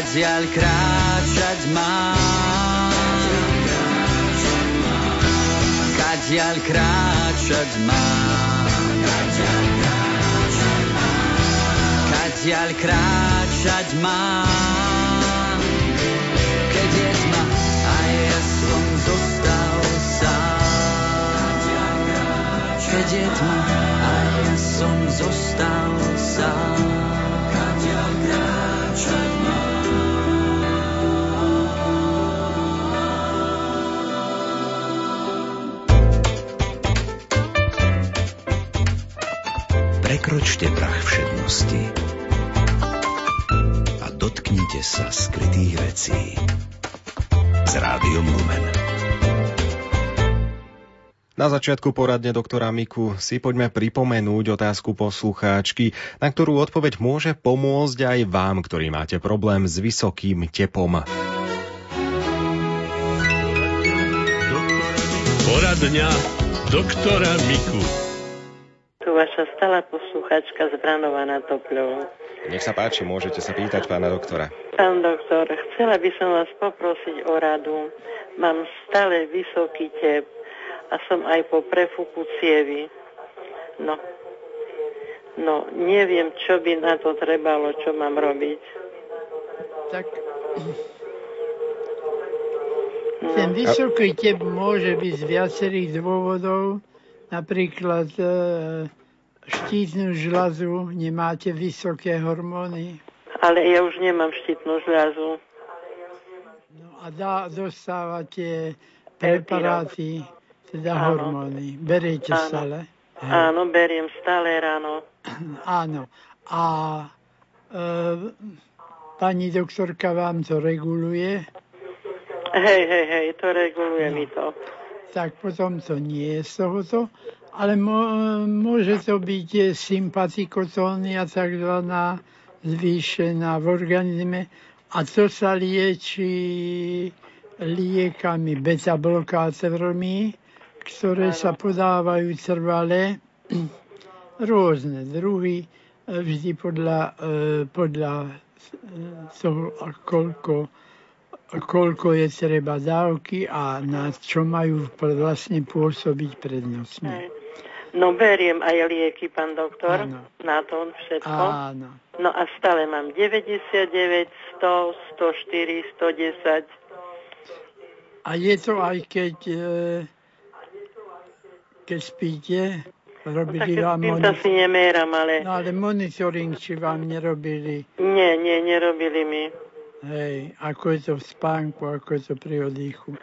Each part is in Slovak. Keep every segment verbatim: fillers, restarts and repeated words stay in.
Kadiaľ kráčať mám, kadiaľ kráčať mám, kadiaľ kráčať mám, keď je tma a ja som zostal sám. Keď je tma a ja som zostal sám. Kadiaľ kráčať mám. Prekročte prach všednosti a dotknite sa skrytých vecí s Rádiom Lumen. Na začiatku poradne doktora Miku si poďme pripomenúť otázku poslucháčky, na ktorú odpoveď môže pomôcť aj vám, ktorí máte problém s vysokým tepom. Poradňa doktora Miku. Tu vaša stála posluchačka z Branova nad Topľou. Nech sa páči, môžete sa pýtať pána doktora. Pán doktor, chcela by som vás poprosiť o radu. Mám stále vysoký tep a som aj po prefúku cievy. No, no neviem, čo by na to trebalo, čo mám robiť. Tak ten vysoký tep môže byť z viacerých dôvodov. Napríklad e, štítnu žľazu, nemáte vysoké hormóny. Ale ja už nemám štítnu žľazu. No a dá, dostávate preparáty, teda áno. Hormóny. Beriete áno. Stále? Hej. Áno, beriem stále ráno. Áno. A e, pani doktorka vám to reguluje? Hej, hej, hej, to reguluje no. mi to. Tak potom to nie je z tohoto, ale môže to byť sympatikotónia takzvaná zvýšená v organizme a to sa lieči liekami beta-blokátormi, ktoré sa podávajú trvale, rôzne druhy, vždy podľa, podľa toho, koľko koľko je treba dávky a na čo majú vlastne pôsobiť prednostne. No beriem aj lieky, pán doktor, áno. Na to všetko. Áno. No a stále mám deväťdesiatdeväť, sto, stoštyri, stodesať. A je to aj keď, keď spíte, robili no, vám monitoring. To si neméram, ale... No ale monitoring, či vám nerobili? Nie, nie, nerobili mi. Hej, ako je to v spánku, ako je to pri oddychu.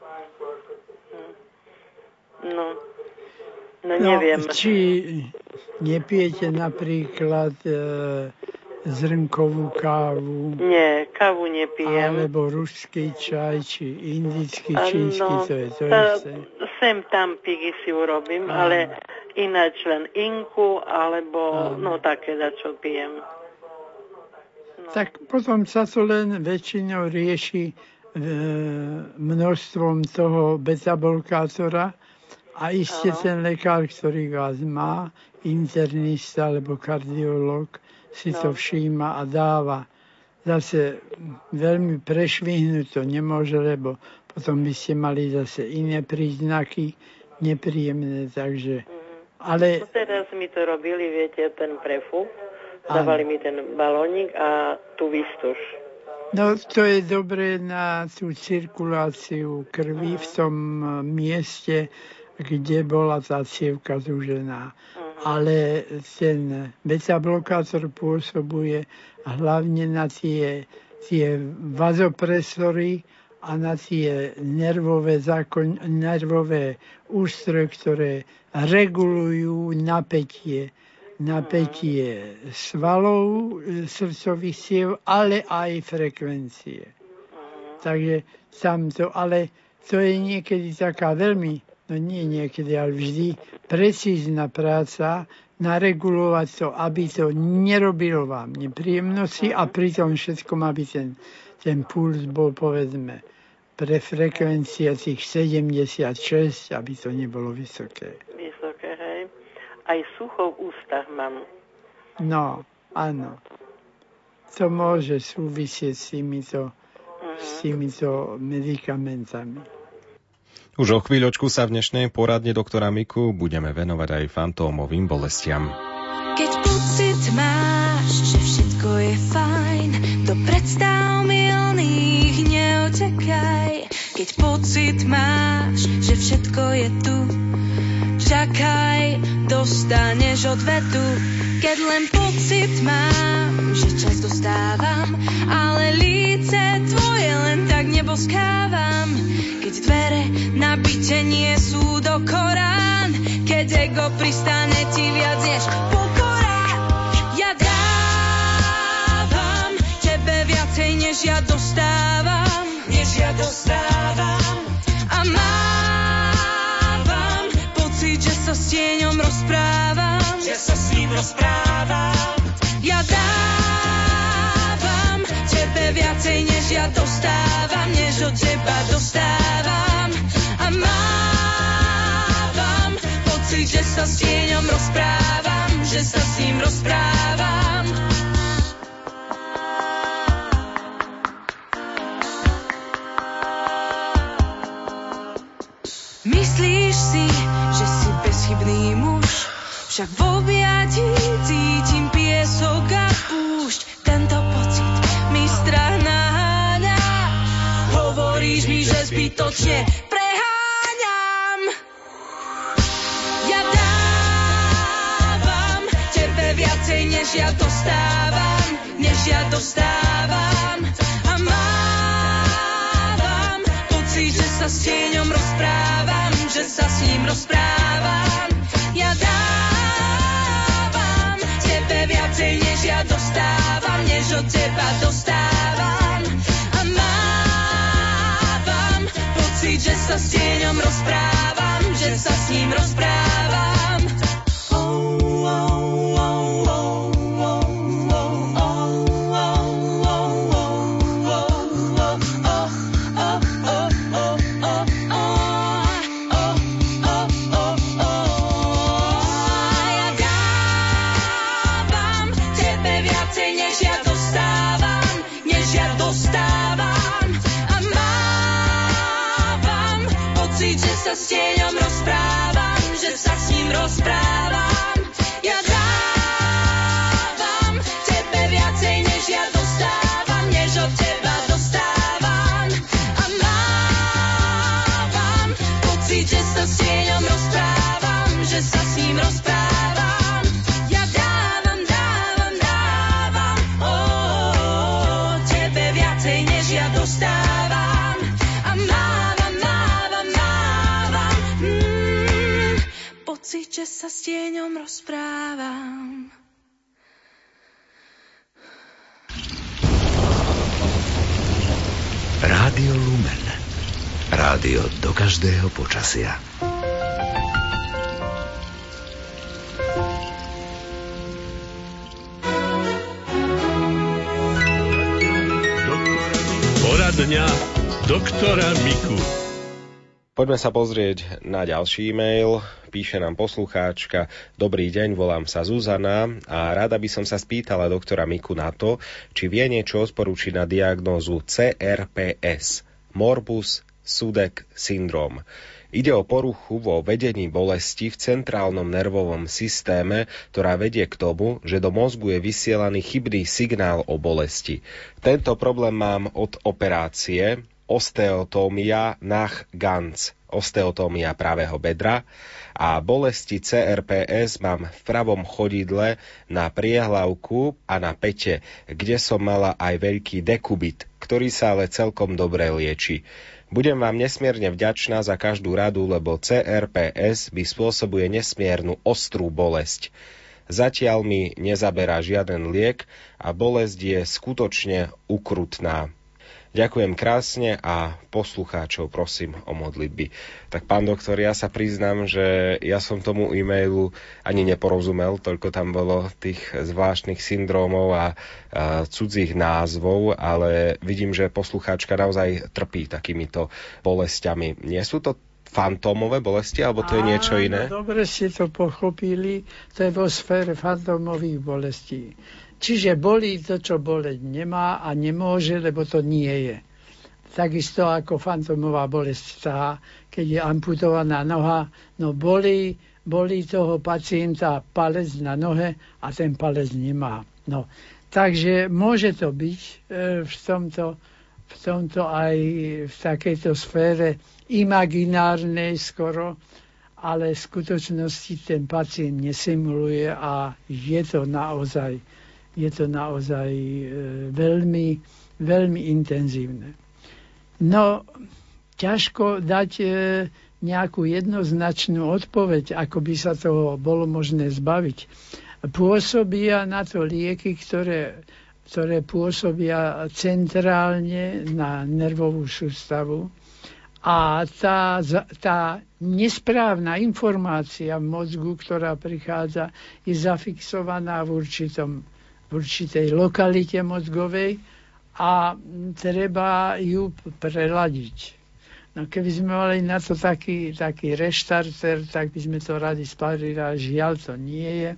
No, no neviem. No, či nepijete napríklad e, zrnkovú kávu? Nie, kávu nepijem. Alebo ruský čaj, či indický, čínsky, no, to je to isté. Sem tam pigy si urobím, a. ale ináč len inku, alebo a. no také, za čo pijem. Tak potom sa to len väčšinou rieši e, množstvom toho beta-blokátora a iste ano. Ten lekár, ktorý vás má, internista alebo kardiológ, si no. to všíma a dáva. Zase veľmi prešvihnúť to nemôže, lebo potom by ste mali zase iné príznaky nepríjemné, takže... Ale... No teraz mi to robili, viete, ten prefúk. Dávali mi ten balónik a tú výstuž. No to je dobré na tú cirkuláciu krvi v tom mieste, kde bola tá cievka zúžená. Uh-huh. Ale ten beta-blokátor pôsobuje hlavne na tie, tie vazopresory a na tie nervové, zákon, nervové ústroje, ktoré regulujú napätie napätie svalov, srdcových ciev, ale aj frekvencie. Takže tam to, ale to je niekedy taká veľmi, no nie niekedy, ale vždy precízna práca naregulovať to, aby to nerobilo vám nepríjemnosti a pritom všetkom, aby ten, ten puls bol, povedzme, pre frekvencia tých sedemdesiatšesť, aby to nebolo vysoké. Vysoké, hej. Aj sucho v ústach mám. No, áno. to môže súvisieť s týmito, uh-huh. s týmito medikamentami. Už o chvíľočku sa v dnešnej poradne doktora Miku budeme venovať aj fantómovým bolestiam. Keď pocit máš, že všetko je fajn, do predstav milných neutekaj. Keď pocit máš, že všetko je tu, čakaj, dostaneš odvetu. Keď len pocit mám, že čas dostávam, ale líce tvoje len tak neboskávam. Keď dvere na byte nie sú do Korán, keď ego pristane ti viac než pokora. Ja dávam tebe viacej než ja dostávam, než ja dostávam. A mávam pocit, že sa s tieňom rozprávam, že sa s ním rozprávam. Ja dávam tebe viacej než ja dostávam, než od teba dostávam. A mávam pocit, že sa s tieňom rozprávam, že sa s ním rozprávam. Myslíš si, že si bezchybný muž, však v objatí cítim piesok a púšť. Tento pocit mi strach naháňa, hovoríš mi, že zbytočne preháňam. Ja dávam tebe viacej, než ja dostávam, než ja dostávam. A mávam pocit, že sa s tieňom rozprávam, že sa s ním rozprávam. Ja dávam tebe viacej, než ja dostávam, než od teba dostávam. A mávam pocit, že sa s tieňom rozprávam, že sa s ním rozprávam. Oh, oh, oh, oh, oh, oh, oh, že sa s tieňom rozprávam, že sa s ním rozprávam. Ja dávam tebe viacej, než ja dostávam, než od teba dostávam. A mávam pocit, že sa s tieňom rozprávam, že sa s ním rozprávam. Ja dávam, dávam, dávam, oh, tebe viacej, než ja dostávam. A mávam, pocit, že sa s tieňom rozprávam. Rádio Lumen. Rádio do každého počasia. Poradňa doktora Miku. Poďme sa pozrieť na ďalší e-mail. Píše nám poslucháčka: Dobrý deň, volám sa Zuzana a rada by som sa spýtala doktora Miku na to, či vie niečo odporúčiť na diagnózu C R P S, Morbus Sudeck syndrom. Ide o poruchu vo vedení bolesti v centrálnom nervovom systéme, ktorá vedie k tomu, že do mozgu je vysielaný chybný signál o bolesti. Tento problém mám od operácie osteotómia nach Ganz, osteotómia pravého bedra, a bolesti C R P S mám v pravom chodidle na priehlavku a na pete, kde som mala aj veľký dekubit, ktorý sa ale celkom dobre lieči. Budem vám nesmierne vďačná za každú radu, lebo C R P S mi spôsobuje nesmiernu ostrú bolesť. Zatiaľ mi nezaberá žiaden liek a bolesť je skutočne ukrutná. Ďakujem krásne a poslucháčov prosím o modlitby. Tak pán doktor, ja sa priznám, že ja som tomu e-mailu ani neporozumel, toľko tam bolo tých zvláštnych syndrómov a, a cudzích názvov, ale vidím, že poslucháčka naozaj trpí takýmito bolestiami. Nie sú to fantómové bolesti, alebo to je niečo iné? Áno, dobre ste to pochopili, to je vo sfére fantómových bolestí. Čiže bolí to, čo boleť nemá a nemôže, lebo to nie je. Takisto ako fantomová bolesť tá, keď je amputovaná noha, no bolí, bolí toho pacienta palec na nohe a ten palec nemá. No, takže môže to byť e, v tomto, v tomto aj v takejto sfére imaginárnej skoro, ale v skutočnosti ten pacient nesimuluje a je to naozaj, je to naozaj e, veľmi, veľmi intenzívne. No, ťažko dať e, nejakú jednoznačnú odpoveď, ako by sa toho bolo možné zbaviť. Pôsobia na to lieky, ktoré, ktoré pôsobia centrálne na nervovú sústavu a tá, tá nesprávna informácia v mozgu, ktorá prichádza, je zafixovaná v, určitom, v určitej lokalite mozgovej a treba ju preladiť. No keby sme mali na to taký, taký reštarter, tak by sme to radi spravili, ale žiaľ to nie je. E,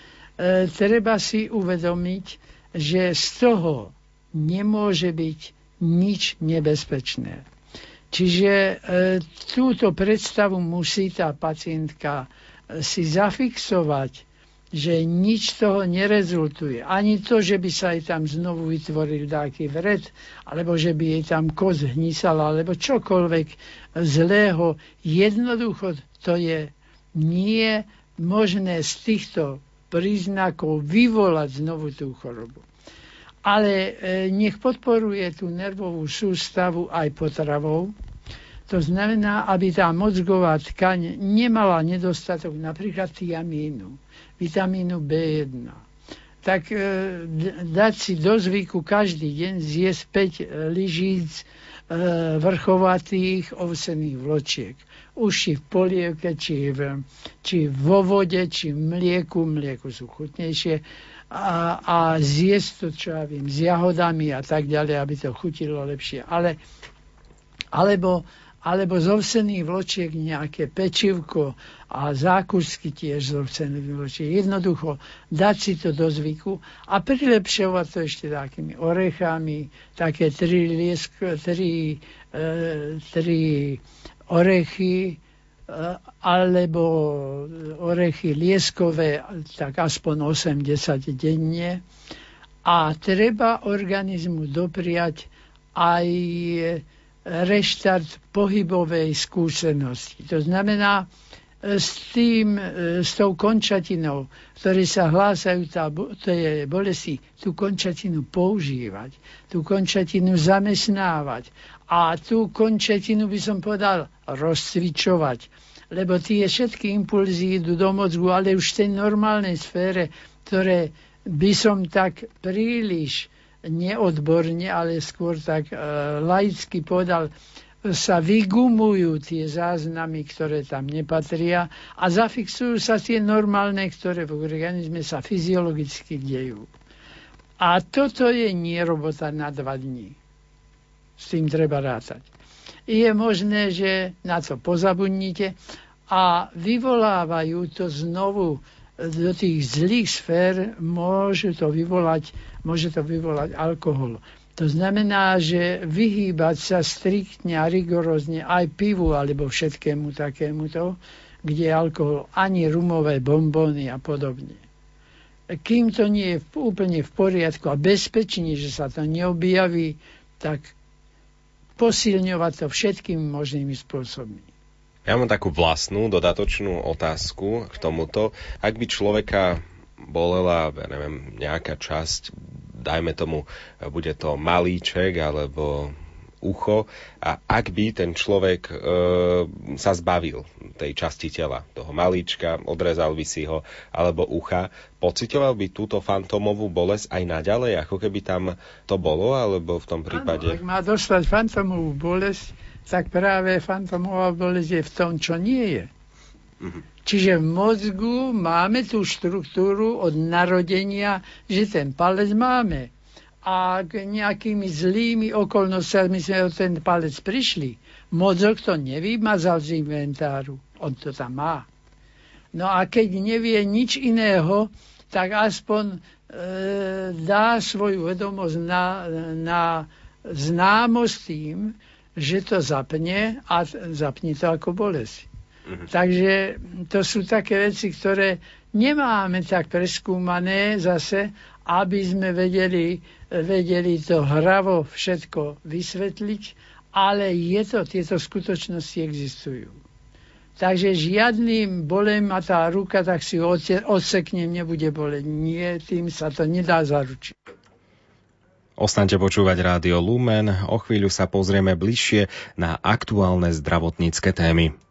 treba si uvedomiť, že z toho nemôže byť nič nebezpečné. Čiže e, túto predstavu musí tá pacientka si zafixovať, že nič toho nerezultuje. Ani to, že by sa jej tam znovu vytvoril taký vred, alebo že by jej tam koz hnisala, alebo čokoľvek zlého. Jednoducho to je nie možné z týchto príznakov vyvolať znovu tú chorobu. Ale e, nech podporuje tú nervovú sústavu aj potravou. To znamená, aby tá mozgová tkaň nemala nedostatok napríklad tiamínu, vitamínu bé jeden. Tak e, dať si do zvyku každý deň zjesť päť lyžíc e, vrchovatých ovsených vločiek. Už či v polievke, či, v, či vo vode, či v mlieku. Mlieku sú chutnejšie. A, a zjesť to, čo ja viem, s jahodami a tak ďalej, aby to chutilo lepšie. Ale, alebo, alebo z ovsených vločiek nejaké pečivko a zákusky tiež z ovsených vločiek. Jednoducho dať si to do zvyku a prilepšovať to ešte takými orechami, také tri, liesko, tri, e, tri orechy, alebo orechy lieskové, tak aspoň osem desať denne. A treba organizmu dopriať aj reštart pohybovej skúsenosti. To znamená, s tým, s tou končatinou, ktoré sa hlásajú tá, tie bolesti, tú končatinu používať, tú končatinu zamestnávať a tú končatinu by som povedal rozcvičovať, lebo tie všetky impulzy idú do mozgu, ale už v tej normálnej sfére, ktoré by som tak príliš neodborne, ale skôr tak e, laicky povedal, sa vygumujú tie záznamy, ktoré tam nepatria a zafixujú sa tie normálne, ktoré v organizme sa fyziologicky dejú. A toto je nie robota na dva dní. S tým treba rátať. Je možné, že na to pozabudnite a vyvolávajú to znovu do tých zlých sfér, môže to vyvolať, môže to vyvolať alkohol. To znamená, že vyhýbať sa striktne a rigorózne aj pivu alebo všetkému takémuto, kde je alkohol, ani rumové bombóny a podobne. Kým to nie je úplne v poriadku a bezpečne, že sa to neobjaví, tak posilňovať to všetkými možnými spôsobmi. Ja mám takú vlastnú dodatočnú otázku k tomuto. Ak by človeka bolela, ja neviem, nejaká časť, dajme tomu, bude to malíček alebo ucho, a ak by ten človek e, sa zbavil tej časti tela, toho malíčka, odrezal by si ho, alebo ucha, pociťoval by túto fantómovú bolesť aj naďalej, ako keby tam to bolo, alebo v tom prípade... Áno, ak má dostať fantómovú bolesť, tak práve fantómová bolesť je v tom, čo nie je. Mhm. Čiže v mozgu máme tú štruktúru od narodenia, že ten palec máme. A nejakými zlými okolnostiami sme o ten palec prišli. Mozog to nevymazal z inventáru. On to tam má. No a keď nevie nič iného, tak aspoň dá svoju vedomosť na, na známosť tým, že to zapne a zapne to ako bolesť. Mhm. Takže to sú také veci, ktoré nemáme tak preskúmané zase, aby sme vedeli, vedeli to hravo všetko vysvetliť, ale je to, tieto skutočnosti existujú. Takže žiadnym bolem ma tá ruka, tak si ho odseknem, nebude boleť. Nie, tým sa to nedá zaručiť. Ostaňte počúvať Rádio Lumen, o chvíľu sa pozrieme bližšie na aktuálne zdravotnícke témy.